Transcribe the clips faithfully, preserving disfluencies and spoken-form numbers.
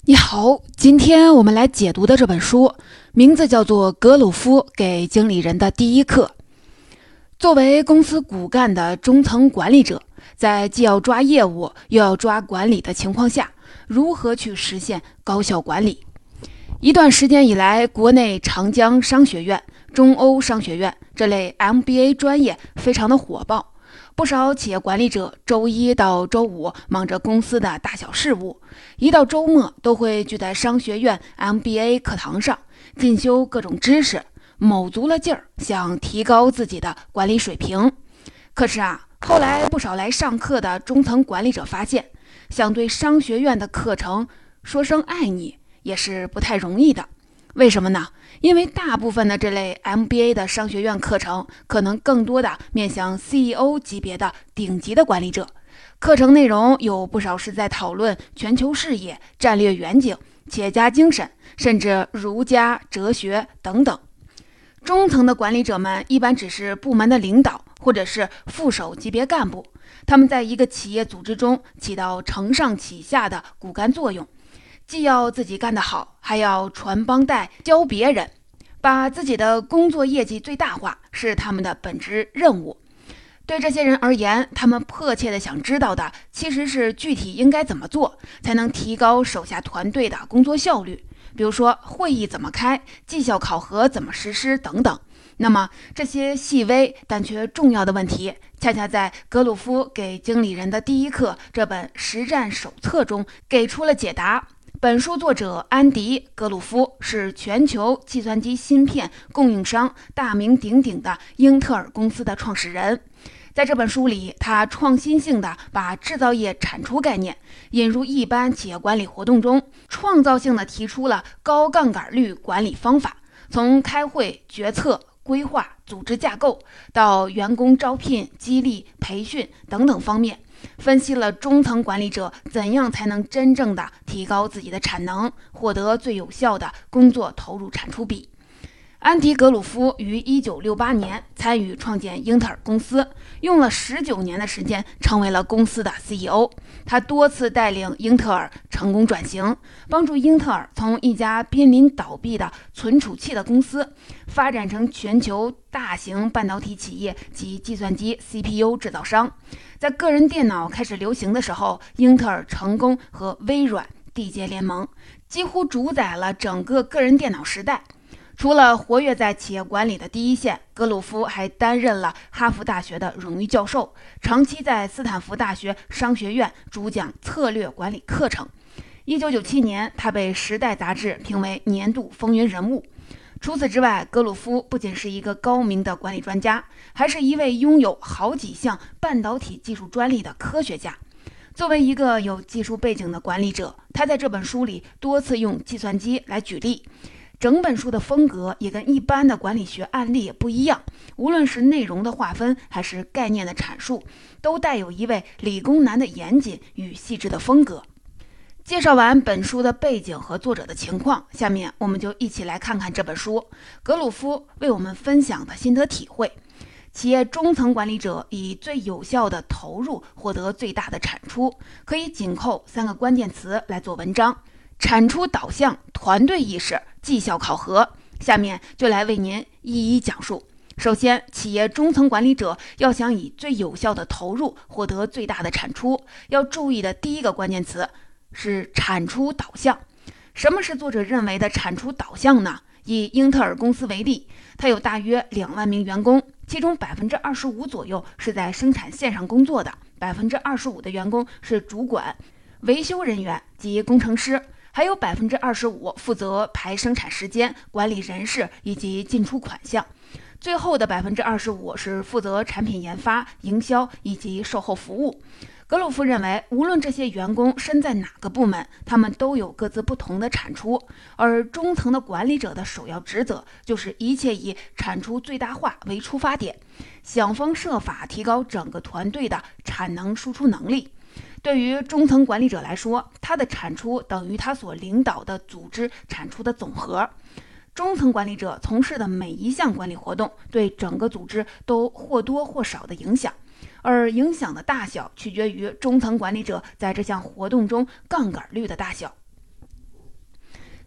你好，今天我们来解读的这本书名字叫做《格鲁夫给经理人的第一课》。作为公司骨干的中层管理者，在既要抓业务又要抓管理的情况下，如何去实现高效管理？一段时间以来，国内长江商学院、中欧商学院这类 M B A 专业非常的火爆。不少企业管理者周一到周五忙着公司的大小事务，一到周末都会聚在商学院 M B A 课堂上进修各种知识，卯足了劲儿想提高自己的管理水平。可是啊，后来不少来上课的中层管理者发现，想对商学院的课程说声爱你也是不太容易的。为什么呢？因为大部分的这类 M B A 的商学院课程可能更多的面向 C E O 级别的顶级的管理者，课程内容有不少是在讨论全球视野、战略远景、企业家精神，甚至儒家哲学等等。中层的管理者们一般只是部门的领导或者是副手级别干部，他们在一个企业组织中起到承上启下的骨干作用，既要自己干得好，还要传帮带教别人，把自己的工作业绩最大化是他们的本职任务。对这些人而言，他们迫切的想知道的其实是具体应该怎么做才能提高手下团队的工作效率，比如说会议怎么开，绩效考核怎么实施等等。那么这些细微但却重要的问题，恰恰在格鲁夫给经理人的第一课这本实战手册中给出了解答。本书作者安迪·格鲁夫是全球计算机芯片供应商大名鼎鼎的英特尔公司的创始人。在这本书里，他创新性地把制造业产出概念引入一般企业管理活动中，创造性地提出了高杠杆率管理方法，从开会、决策、规划、组织架构到员工招聘、激励、培训等等方面，分析了中层管理者怎样才能真正的提高自己的产能，获得最有效的工作投入产出比。安迪·格鲁夫于一九六八年参与创建英特尔公司，用了十九年的时间成为了公司的 C E O。他多次带领英特尔成功转型，帮助英特尔从一家濒临倒闭的存储器的公司发展成全球大型半导体企业及计算机 C P U 制造商。在个人电脑开始流行的时候，英特尔成功和微软缔结联盟，几乎主宰了整个个人电脑时代。除了活跃在企业管理的第一线，格鲁夫还担任了哈佛大学的荣誉教授，长期在斯坦福大学商学院主讲策略管理课程。一九九七年，他被《时代》杂志评为年度风云人物。除此之外，格鲁夫不仅是一个高明的管理专家，还是一位拥有好几项半导体技术专利的科学家。作为一个有技术背景的管理者，他在这本书里多次用计算机来举例。整本书的风格也跟一般的管理学案例也不一样，无论是内容的划分还是概念的阐述，都带有一位理工男的严谨与细致的风格。介绍完本书的背景和作者的情况，下面我们就一起来看看这本书格鲁夫为我们分享的心得体会。企业中层管理者以最有效的投入获得最大的产出，可以紧扣三个关键词来做文章：产出导向、团队意识、绩效考核。下面就来为您一一讲述。首先，企业中层管理者要想以最有效的投入获得最大的产出，要注意的第一个关键词是产出导向。什么是作者认为的产出导向呢？以英特尔公司为例，它有大约两万名员工，其中百分之二十五左右是在生产线上工作的，百分之二十五的员工是主管、维修人员及工程师，还有百分之二十五负责排生产时间、管理人事以及进出款项。最后的百分之二十五是负责产品研发、营销以及售后服务。格鲁夫认为，无论这些员工身在哪个部门，他们都有各自不同的产出，而中层的管理者的首要职责就是一切以产出最大化为出发点，想方设法提高整个团队的产能输出能力。对于中层管理者来说，他的产出等于他所领导的组织产出的总和。中层管理者从事的每一项管理活动对整个组织都或多或少的影响，而影响的大小取决于中层管理者在这项活动中杠杆率的大小。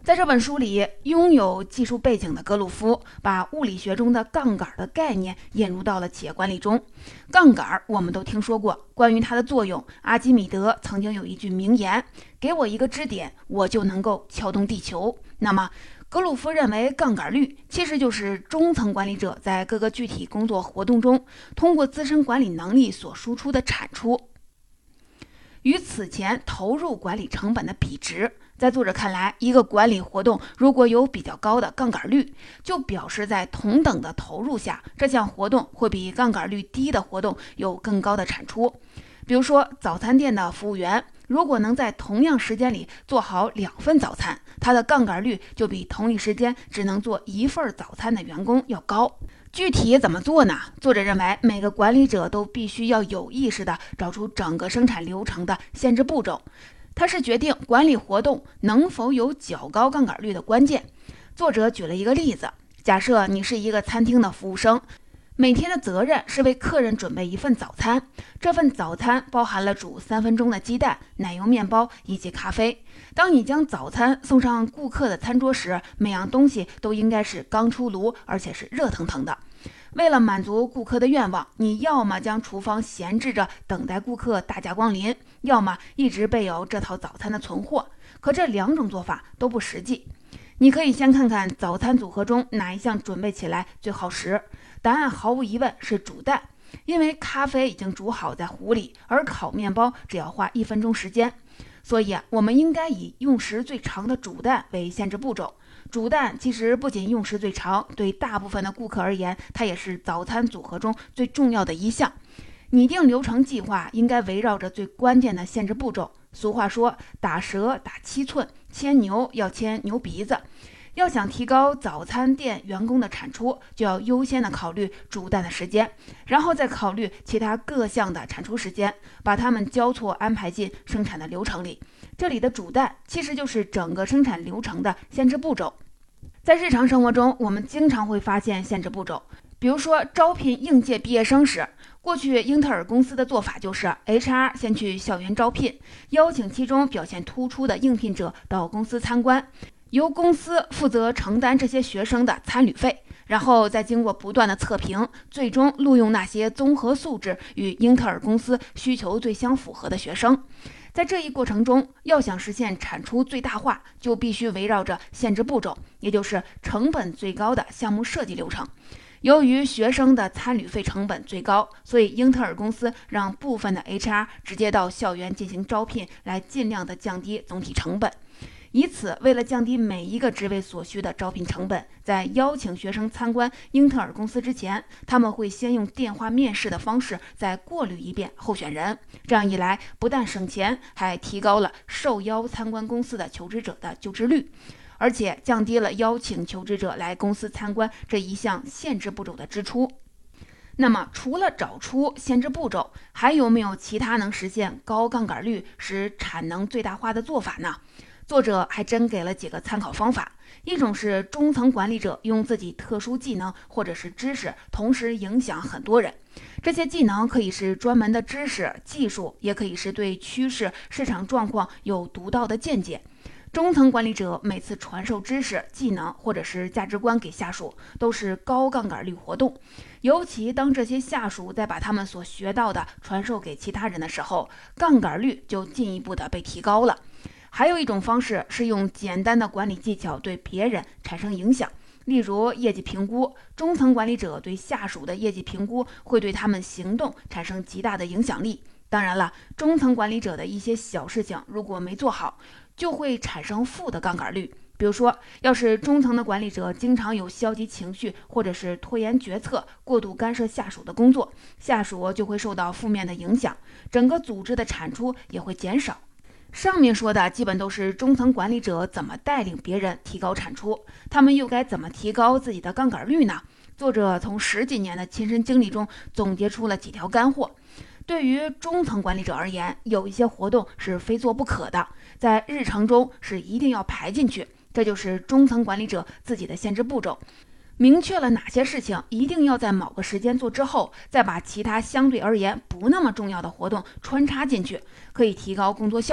在这本书里，拥有技术背景的格鲁夫把物理学中的杠杆的概念引入到了企业管理中。杠杆我们都听说过，关于它的作用，阿基米德曾经有一句名言：给我一个支点，我就能够撬动地球。那么格鲁夫认为，杠杆率其实就是中层管理者在各个具体工作活动中通过自身管理能力所输出的产出，与此前投入管理成本的比值。在作者看来，一个管理活动如果有比较高的杠杆率，就表示在同等的投入下，这项活动会比杠杆率低的活动有更高的产出。比如说，早餐店的服务员如果能在同样时间里做好两份早餐，他的杠杆率就比同一时间只能做一份早餐的员工要高。具体怎么做呢？作者认为，每个管理者都必须要有意识地找出整个生产流程的限制步骤，它是决定管理活动能否有较高杠杆率的关键。作者举了一个例子，假设你是一个餐厅的服务生，每天的责任是为客人准备一份早餐，这份早餐包含了煮三分钟的鸡蛋、奶油面包以及咖啡。当你将早餐送上顾客的餐桌时，每样东西都应该是刚出炉，而且是热腾腾的。为了满足顾客的愿望，你要么将厨房闲置着等待顾客大驾光临，要么一直备有这套早餐的存货。可这两种做法都不实际。你可以先看看早餐组合中哪一项准备起来最耗时，答案毫无疑问是煮蛋，因为咖啡已经煮好在壶里，而烤面包只要花一分钟时间。所以啊，我们应该以用时最长的煮蛋为限制步骤。煮蛋其实不仅用时最长，对大部分的顾客而言，它也是早餐组合中最重要的一项。拟定流程计划应该围绕着最关键的限制步骤。俗话说，打蛇打七寸，牵牛要牵牛鼻子。要想提高早餐店员工的产出，就要优先的考虑煮蛋的时间，然后再考虑其他各项的产出时间，把它们交错安排进生产的流程里。这里的煮蛋其实就是整个生产流程的限制步骤。在日常生活中，我们经常会发现限制步骤，比如说招聘应届毕业生时，过去英特尔公司的做法就是 H R 先去校园招聘，邀请其中表现突出的应聘者到公司参观，由公司负责承担这些学生的参旅费，然后再经过不断的测评，最终录用那些综合素质与英特尔公司需求最相符合的学生。在这一过程中，要想实现产出最大化，就必须围绕着限制步骤，也就是成本最高的项目设计流程。由于学生的参旅费成本最高，所以英特尔公司让部分的 H R 直接到校园进行招聘，来尽量的降低总体成本。以此，为了降低每一个职位所需的招聘成本，在邀请学生参观英特尔公司之前，他们会先用电话面试的方式再过滤一遍候选人。这样一来，不但省钱，还提高了受邀参观公司的求职者的就职率，而且降低了邀请求职者来公司参观这一项限制步骤的支出。那么，除了找出限制步骤，还有没有其他能实现高杠杆率、使产能最大化的做法呢？作者还真给了几个参考方法。一种是中层管理者用自己特殊技能或者是知识同时影响很多人，这些技能可以是专门的知识技术，也可以是对趋势市场状况有独到的见解。中层管理者每次传授知识技能或者是价值观给下属，都是高杠杆率活动，尤其当这些下属在把他们所学到的传授给其他人的时候，杠杆率就进一步的被提高了。还有一种方式是用简单的管理技巧对别人产生影响，例如业绩评估。中层管理者对下属的业绩评估会对他们行动产生极大的影响力。当然了，中层管理者的一些小事情如果没做好，就会产生负的杠杆率。比如说，要是中层的管理者经常有消极情绪，或者是拖延决策、过度干涉下属的工作，下属就会受到负面的影响，整个组织的产出也会减少。上面说的基本都是中层管理者怎么带领别人提高产出，他们又该怎么提高自己的杠杆率呢？作者从十几年的亲身经历中总结出了几条干货。对于中层管理者而言，有一些活动是非做不可的，在日程中是一定要排进去，这就是中层管理者自己的限制步骤。明确了哪些事情一定要在某个时间做之后，再把其他相对而言不那么重要的活动穿插进去，可以提高工作效率。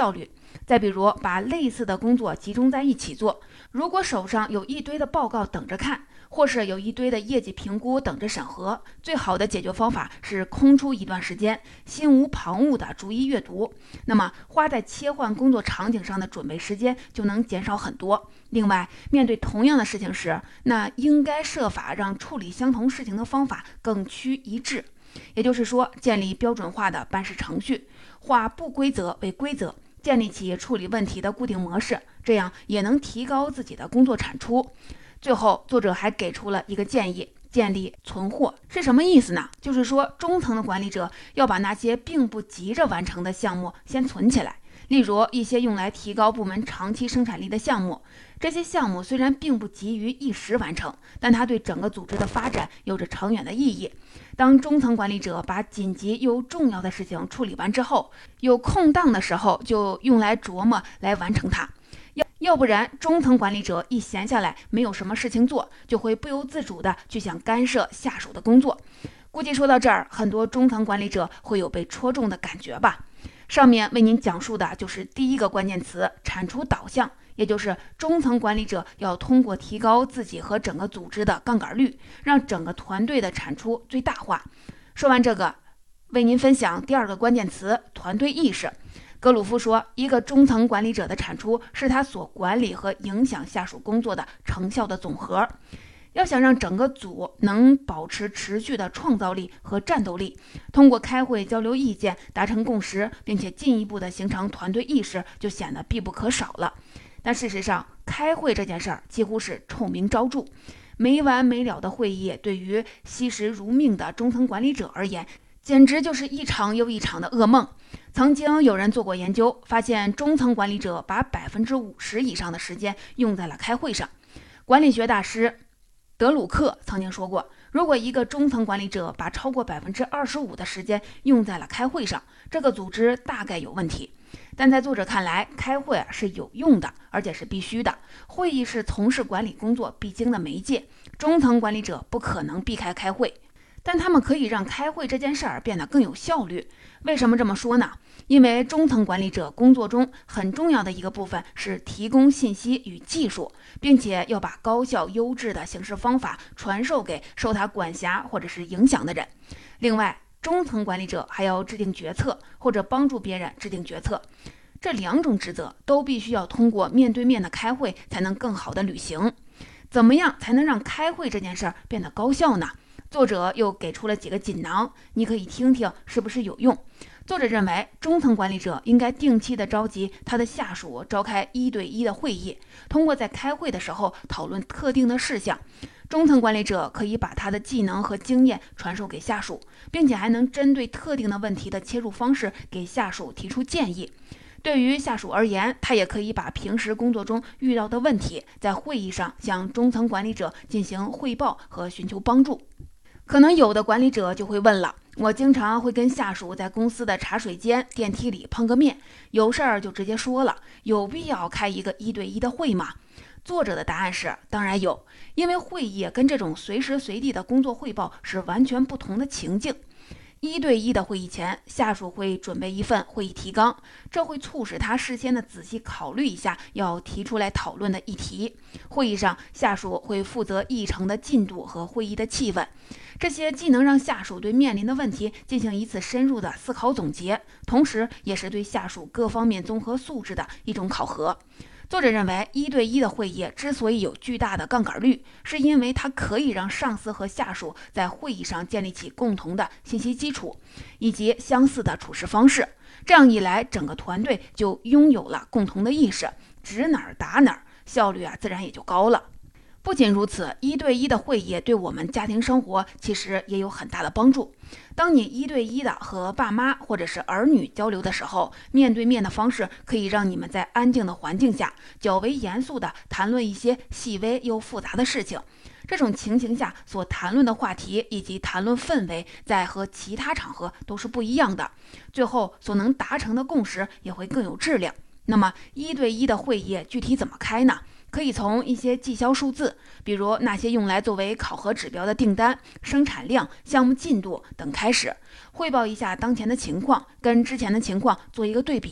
再比如，把类似的工作集中在一起做。如果手上有一堆的报告等着看，或是有一堆的业绩评估等着审核，最好的解决方法是空出一段时间，心无旁骛的逐一阅读。那么，花在切换工作场景上的准备时间就能减少很多。另外，面对同样的事情时，那应该设法让处理相同事情的方法更趋一致。也就是说，建立标准化的办事程序，化不规则为规则，建立起处理问题的固定模式，这样也能提高自己的工作产出。最后，作者还给出了一个建议，建立存货是什么意思呢？就是说，中层的管理者要把那些并不急着完成的项目先存起来，例如一些用来提高部门长期生产力的项目。这些项目虽然并不急于一时完成，但它对整个组织的发展有着长远的意义。当中层管理者把紧急又重要的事情处理完之后，有空档的时候就用来琢磨来完成它。要要不然，中层管理者一闲下来，没有什么事情做，就会不由自主的去想干涉下属的工作。估计说到这儿，很多中层管理者会有被戳中的感觉吧。上面为您讲述的就是第一个关键词：产出导向，也就是中层管理者要通过提高自己和整个组织的杠杆率，让整个团队的产出最大化。说完这个，为您分享第二个关键词：团队意识。格鲁夫说，一个中层管理者的产出是他所管理和影响下属工作的成效的总和。要想让整个组能保持持续的创造力和战斗力，通过开会交流意见，达成共识，并且进一步的形成团队意识，就显得必不可少了。但事实上，开会这件事儿几乎是臭名昭著，没完没了的会议对于惜时如命的中层管理者而言，简直就是一场又一场的噩梦。曾经有人做过研究，发现中层管理者把百分之五十以上的时间用在了开会上。管理学大师德鲁克曾经说过，如果一个中层管理者把超过百分之二十五的时间用在了开会上，这个组织大概有问题。但在作者看来，开会啊是有用的，而且是必须的。会议是从事管理工作必经的媒介，中层管理者不可能避开开会。但他们可以让开会这件事儿变得更有效率。为什么这么说呢？因为中层管理者工作中很重要的一个部分是提供信息与技术，并且要把高效优质的行事方法传授给受他管辖或者是影响的人。另外，中层管理者还要制定决策，或者帮助别人制定决策。这两种职责都必须要通过面对面的开会才能更好的履行。怎么样才能让开会这件事儿变得高效呢？作者又给出了几个锦囊，你可以听听是不是有用。作者认为，中层管理者应该定期的召集他的下属召开一对一的会议，通过在开会的时候讨论特定的事项。中层管理者可以把他的技能和经验传授给下属，并且还能针对特定的问题的切入方式给下属提出建议。对于下属而言，他也可以把平时工作中遇到的问题在会议上向中层管理者进行汇报和寻求帮助。可能有的管理者就会问了，我经常会跟下属在公司的茶水间、电梯里碰个面，有事儿就直接说了，有必要开一个一对一的会吗？作者的答案是，当然有，因为会议跟这种随时随地的工作汇报是完全不同的情境。一对一的会议前，下属会准备一份会议提纲，这会促使他事先的仔细考虑一下要提出来讨论的议题。会议上，下属会负责议程的进度和会议的气氛，这些既能让下属对面临的问题进行一次深入的思考总结，同时也是对下属各方面综合素质的一种考核。作者认为，一对一的会议之所以有巨大的杠杆率，是因为它可以让上司和下属在会议上建立起共同的信息基础，以及相似的处事方式。这样一来，整个团队就拥有了共同的意识，指哪儿打哪儿，效率啊自然也就高了。不仅如此，一对一的会议对我们家庭生活其实也有很大的帮助。当你一对一的和爸妈或者是儿女交流的时候，面对面的方式可以让你们在安静的环境下较为严肃地谈论一些细微又复杂的事情。这种情形下所谈论的话题以及谈论氛围在和其他场合都是不一样的，最后所能达成的共识也会更有质量。那么一对一的会议具体怎么开呢？可以从一些绩效数字，比如那些用来作为考核指标的订单、生产量、项目进度等开始，汇报一下当前的情况，跟之前的情况做一个对比。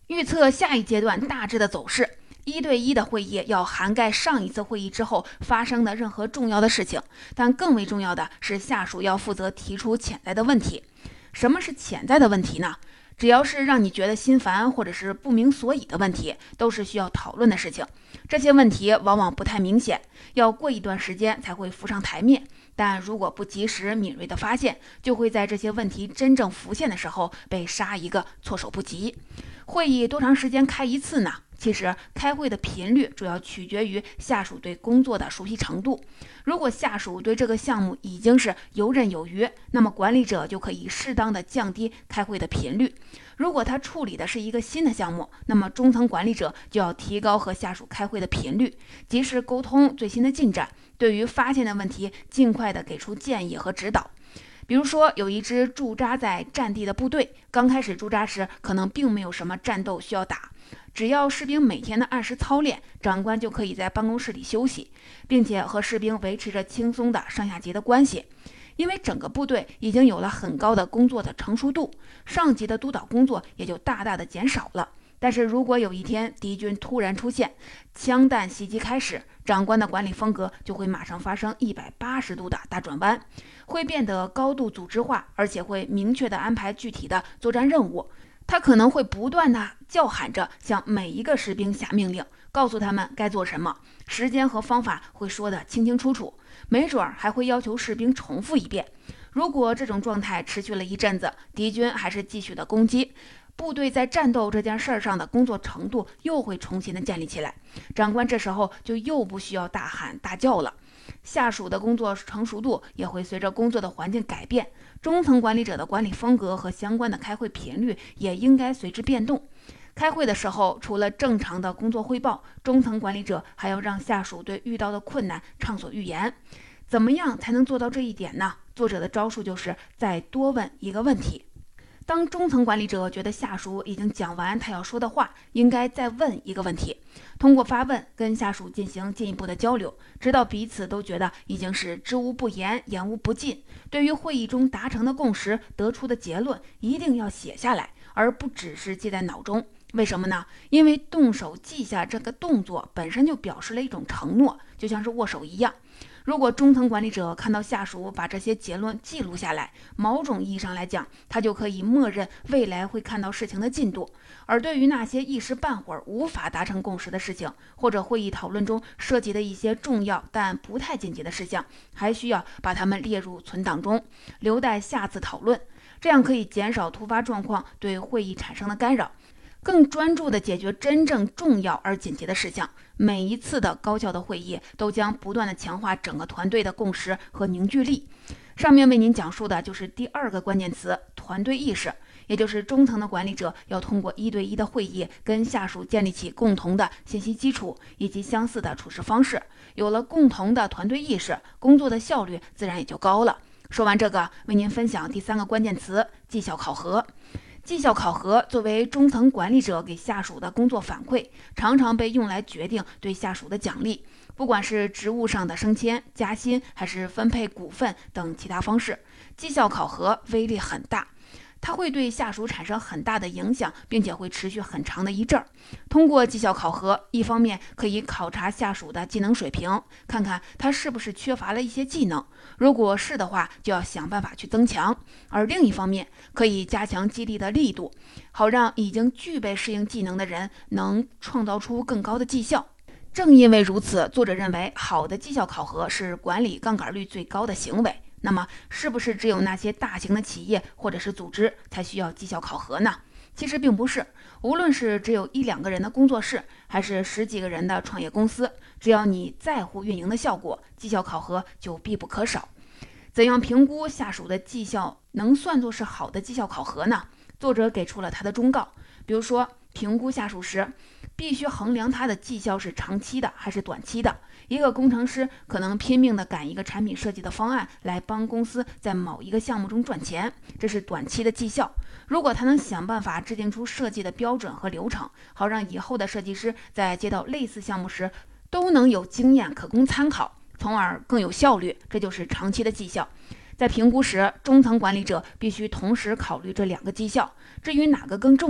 预测下一阶段大致的走势。一对一的会议要涵盖上一次会议之后发生的任何重要的事情，但更为重要的是下属要负责提出潜在的问题。什么是潜在的问题呢？只要是让你觉得心烦或者是不明所以的问题，都是需要讨论的事情。这些问题往往不太明显，要过一段时间才会浮上台面，但如果不及时敏锐地发现，就会在这些问题真正浮现的时候被杀一个措手不及。会议多长时间开一次呢？其实开会的频率主要取决于下属对工作的熟悉程度。如果下属对这个项目已经是游刃有余，那么管理者就可以适当的降低开会的频率。如果他处理的是一个新的项目，那么中层管理者就要提高和下属开会的频率，及时沟通最新的进展，对于发现的问题尽快的给出建议和指导。比如说，有一支驻扎在战地的部队，刚开始驻扎时可能并没有什么战斗需要打，只要士兵每天的按时操练，长官就可以在办公室里休息，并且和士兵维持着轻松的上下级的关系。因为整个部队已经有了很高的工作的成熟度，上级的督导工作也就大大的减少了。但是如果有一天敌军突然出现，枪弹袭击开始，长官的管理风格就会马上发生一百八十度的大转弯，会变得高度组织化，而且会明确的安排具体的作战任务。他可能会不断的叫喊着向每一个士兵下命令，告诉他们该做什么，时间和方法会说得清清楚楚，没准儿还会要求士兵重复一遍。如果这种状态持续了一阵子，敌军还是继续的攻击，部队在战斗这件事上的工作程度又会重新的建立起来，长官这时候就又不需要大喊大叫了，下属的工作成熟度也会随着工作的环境改变，中层管理者的管理风格和相关的开会频率也应该随之变动。开会的时候，除了正常的工作汇报，中层管理者还要让下属对遇到的困难畅所欲言。怎么样才能做到这一点呢？作者的招数就是再多问一个问题。当中层管理者觉得下属已经讲完他要说的话，应该再问一个问题，通过发问跟下属进行进一步的交流，直到彼此都觉得已经是知无不言，言无不尽。对于会议中达成的共识，得出的结论一定要写下来，而不只是记在脑中。为什么呢？因为动手记下这个动作本身就表示了一种承诺，就像是握手一样。如果中层管理者看到下属把这些结论记录下来，某种意义上来讲，他就可以默认未来会看到事情的进度。而对于那些一时半会儿无法达成共识的事情，或者会议讨论中涉及的一些重要但不太紧急的事项，还需要把它们列入存档中，留待下次讨论。这样可以减少突发状况对会议产生的干扰，更专注地解决真正重要而紧急的事项。每一次的高效的会议都将不断地强化整个团队的共识和凝聚力。上面为您讲述的就是第二个关键词，团队意识，也就是中层的管理者要通过一对一的会议跟下属建立起共同的信息基础以及相似的处事方式。有了共同的团队意识，工作的效率自然也就高了。说完这个，为您分享第三个关键词，绩效考核。绩效考核作为中层管理者给下属的工作反馈，常常被用来决定对下属的奖励，不管是职务上的升迁、加薪，还是分配股份等其他方式，绩效考核威力很大。它会对下属产生很大的影响，并且会持续很长的一阵儿。通过绩效考核，一方面可以考察下属的技能水平，看看他是不是缺乏了一些技能，如果是的话，就要想办法去增强；而另一方面，可以加强激励的力度，好让已经具备适应技能的人能创造出更高的绩效。正因为如此，作者认为好的绩效考核是管理杠杆率最高的行为。那么，是不是只有那些大型的企业或者是组织才需要绩效考核呢？其实并不是，无论是只有一两个人的工作室，还是十几个人的创业公司，只要你在乎运营的效果，绩效考核就必不可少。怎样评估下属的绩效能算作是好的绩效考核呢？作者给出了他的忠告，比如说评估下属时，必须衡量他的绩效是长期的还是短期的。一个工程师可能拼命地赶一个产品设计的方案来帮公司在某一个项目中赚钱，这是短期的绩效。如果他能想办法制定出设计的标准和流程，好让以后的设计师在接到类似项目时都能有经验可供参考，从而更有效率，这就是长期的绩效。在评估时，中层管理者必须同时考虑这两个绩效，至于哪个更重要，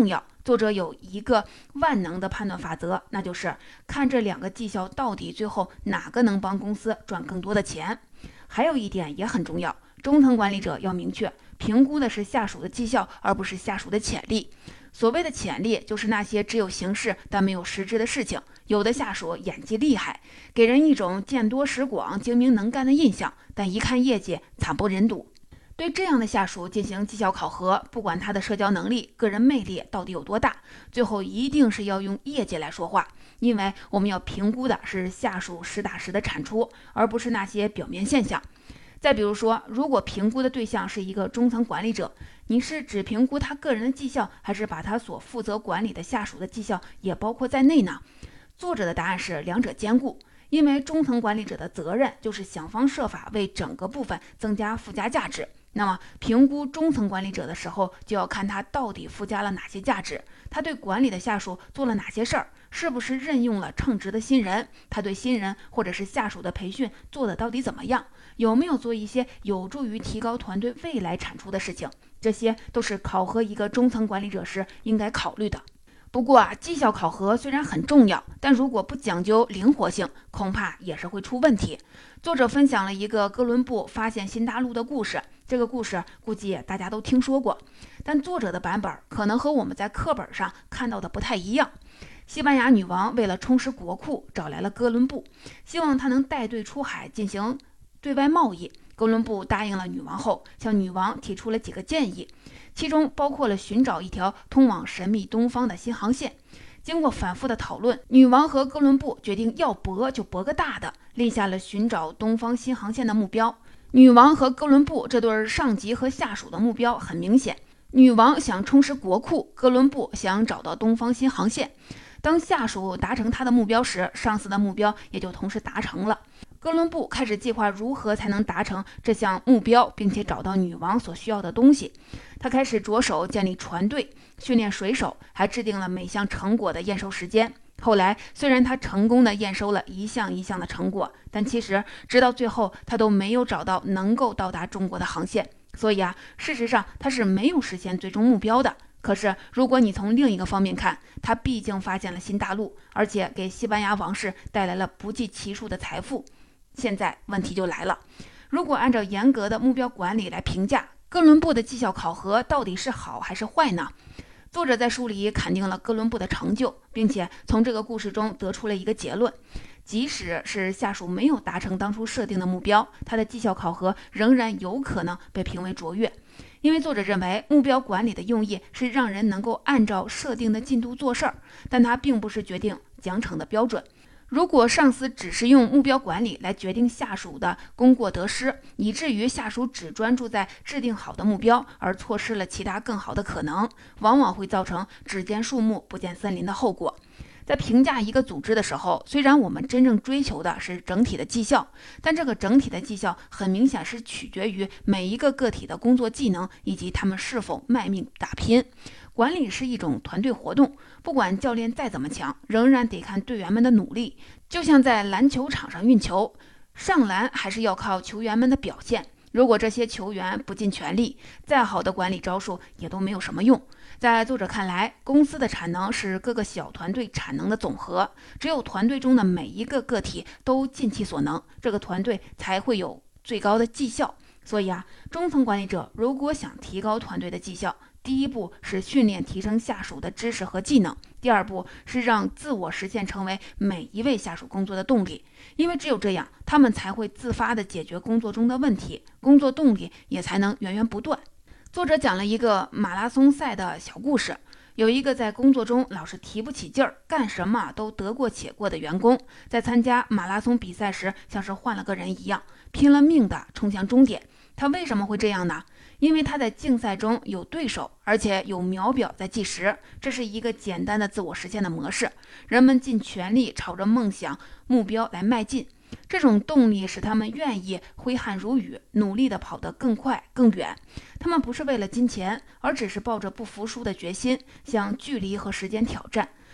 作者有一个万能的判断法则，那就是看这两个绩效到底最后哪个能帮公司赚更多的钱。还有一点也很重要，中层管理者要明确，评估的是下属的绩效，而不是下属的潜力。所谓的潜力，就是那些只有形式但没有实质的事情。有的下属演技厉害，给人一种见多识广、精明能干的印象，但一看业绩惨不忍睹。对这样的下属进行绩效考核，不管他的社交能力、个人魅力到底有多大，最后一定是要用业绩来说话，因为我们要评估的是下属实打实的产出，而不是那些表面现象。再比如说，如果评估的对象是一个中层管理者，你是只评估他个人的绩效，还是把他所负责管理的下属的绩效也包括在内呢？作者的答案是两者兼顾，因为中层管理者的责任就是想方设法为整个部分增加附加价值。那么评估中层管理者的时候，就要看他到底附加了哪些价值，他对管理的下属做了哪些事儿，是不是任用了称职的新人，他对新人或者是下属的培训做的到底怎么样，有没有做一些有助于提高团队未来产出的事情，这些都是考核一个中层管理者时应该考虑的。不过啊，绩效考核虽然很重要，但如果不讲究灵活性，恐怕也是会出问题。作者分享了一个哥伦布发现新大陆的故事，这个故事估计大家都听说过，但作者的版本可能和我们在课本上看到的不太一样。西班牙女王为了充实国库，找来了哥伦布，希望他能带队出海进行对外贸易。哥伦布答应了女王后，向女王提出了几个建议，其中包括了寻找一条通往神秘东方的新航线。经过反复的讨论，女王和哥伦布决定要搏就搏个大的，立下了寻找东方新航线的目标。女王和哥伦布这对上级和下属的目标很明显，女王想充实国库，哥伦布想找到东方新航线。当下属达成他的目标时，上司的目标也就同时达成了。哥伦布开始计划如何才能达成这项目标，并且找到女王所需要的东西。他开始着手建立船队，训练水手，还制定了每项成果的验收时间。后来，虽然他成功的验收了一项一项的成果，但其实直到最后，他都没有找到能够到达中国的航线。所以啊，事实上他是没有实现最终目标的。可是，如果你从另一个方面看，他毕竟发现了新大陆，而且给西班牙王室带来了不计其数的财富。现在问题就来了，如果按照严格的目标管理来评价，哥伦布的绩效考核到底是好还是坏呢？作者在书里肯定了哥伦布的成就，并且从这个故事中得出了一个结论：即使是下属没有达成当初设定的目标，他的绩效考核仍然有可能被评为卓越。因为作者认为，目标管理的用意是让人能够按照设定的进度做事儿，但它并不是决定奖惩的标准。如果上司只是用目标管理来决定下属的功过得失，以至于下属只专注在制定好的目标，而错失了其他更好的可能，往往会造成只见树木不见森林的后果。在评价一个组织的时候，虽然我们真正追求的是整体的绩效，但这个整体的绩效很明显是取决于每一个个体的工作技能以及他们是否卖命打拼。管理是一种团队活动，不管教练再怎么强，仍然得看队员们的努力。就像在篮球场上运球，上篮还是要靠球员们的表现。如果这些球员不尽全力，再好的管理招数也都没有什么用。在作者看来，公司的产能是各个小团队产能的总和，只有团队中的每一个个体都尽其所能，这个团队才会有最高的绩效。所以啊，中层管理者如果想提高团队的绩效，第一步是训练提升下属的知识和技能，第二步是让自我实现成为每一位下属工作的动力，因为只有这样，他们才会自发地解决工作中的问题，工作动力也才能源源不断。作者讲了一个马拉松赛的小故事，有一个在工作中老是提不起劲儿，干什么都得过且过的员工，在参加马拉松比赛时，像是换了个人一样，拼了命地冲向终点。他为什么会这样呢？因为他在竞赛中有对手，而且有秒表在计时，这是一个简单的自我实现的模式。人们尽全力朝着梦想目标来迈进，这种动力使他们愿意挥汗如雨，努力地跑得更快更远。他们不是为了金钱，而只是抱着不服输的决心，向距离和时间挑战。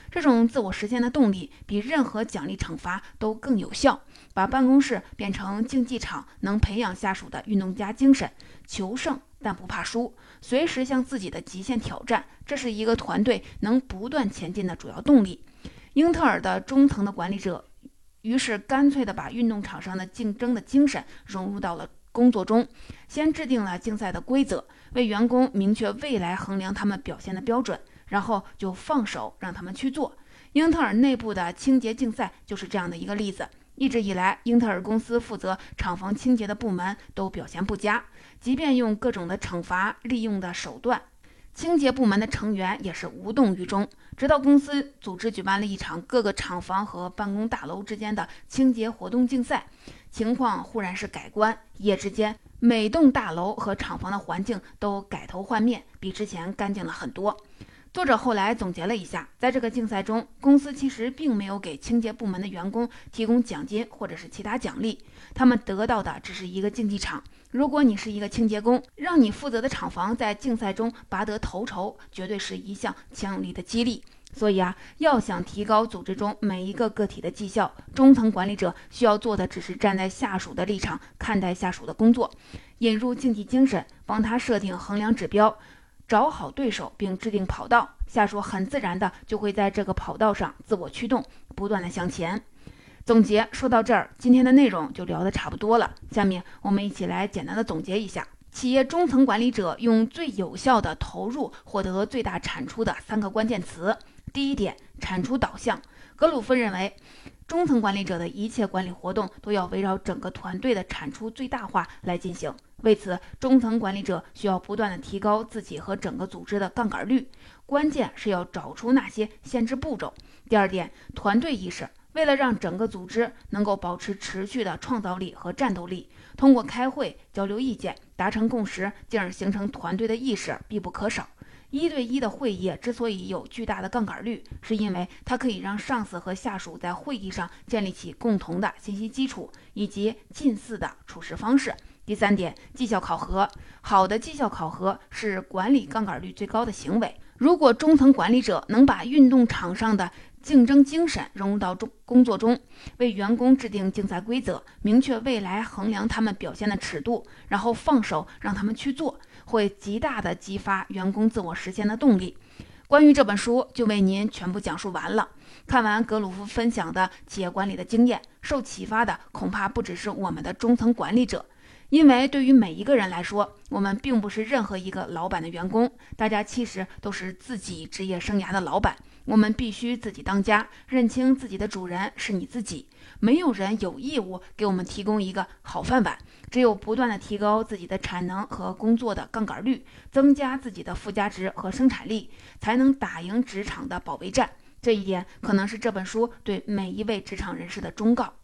这种自我实现的动力比任何奖励惩罚都更有效。把办公室变成竞技场，能培养下属的运动家精神，求胜但不怕输，随时向自己的极限挑战，这是一个团队能不断前进的主要动力。英特尔的中层的管理者于是干脆地把运动场上的竞争的精神融入到了工作中，先制定了竞赛的规则，为员工明确未来衡量他们表现的标准，然后就放手让他们去做。英特尔内部的清洁竞赛就是这样的一个例子。一直以来，英特尔公司负责厂房清洁的部门都表现不佳，即便用各种的惩罚利用的手段，清洁部门的成员也是无动于衷。直到公司组织举办了一场各个厂房和办公大楼之间的清洁活动竞赛，情况忽然是改观，一夜之间每栋大楼和厂房的环境都改头换面，比之前干净了很多。作者后来总结了一下，在这个竞赛中，公司其实并没有给清洁部门的员工提供奖金或者是其他奖励，他们得到的只是一个竞技场。如果你是一个清洁工，让你负责的厂房在竞赛中拔得头筹，绝对是一项强有力的激励。所以啊，要想提高组织中每一个个体的绩效，中层管理者需要做的只是站在下属的立场看待下属的工作，引入竞技精神，帮他设定衡量指标，找好对手并制定跑道，下属很自然的就会在这个跑道上自我驱动，不断的向前。总结说到这儿，今天的内容就聊得差不多了。下面我们一起来简单的总结一下企业中层管理者用最有效的投入获得最大产出的三个关键词。第一点，产出导向。格鲁夫认为，中层管理者的一切管理活动都要围绕整个团队的产出最大化来进行。为此，中层管理者需要不断地提高自己和整个组织的杠杆率，关键是要找出那些限制步骤。第二点，团队意识。为了让整个组织能够保持持续的创造力和战斗力，通过开会交流意见，达成共识，进而形成团队的意识必不可少。一对一的会议之所以有巨大的杠杆率，是因为它可以让上司和下属在会议上建立起共同的信息基础以及近似的处事方式。第三点，绩效考核。好的绩效考核是管理杠杆率最高的行为。如果中层管理者能把运动场上的竞争精神融入到工作中，为员工制定竞赛规则，明确未来衡量他们表现的尺度，然后放手让他们去做，会极大的激发员工自我实现的动力。关于这本书就为您全部讲述完了。看完格鲁夫分享的企业管理的经验，受启发的恐怕不只是我们的中层管理者，因为对于每一个人来说，我们并不是任何一个老板的员工，大家其实都是自己职业生涯的老板。我们必须自己当家，认清自己的主人是你自己。没有人有义务给我们提供一个好饭碗，只有不断的提高自己的产能和工作的杠杆率，增加自己的附加值和生产力，才能打赢职场的保卫战。这一点可能是这本书对每一位职场人士的忠告。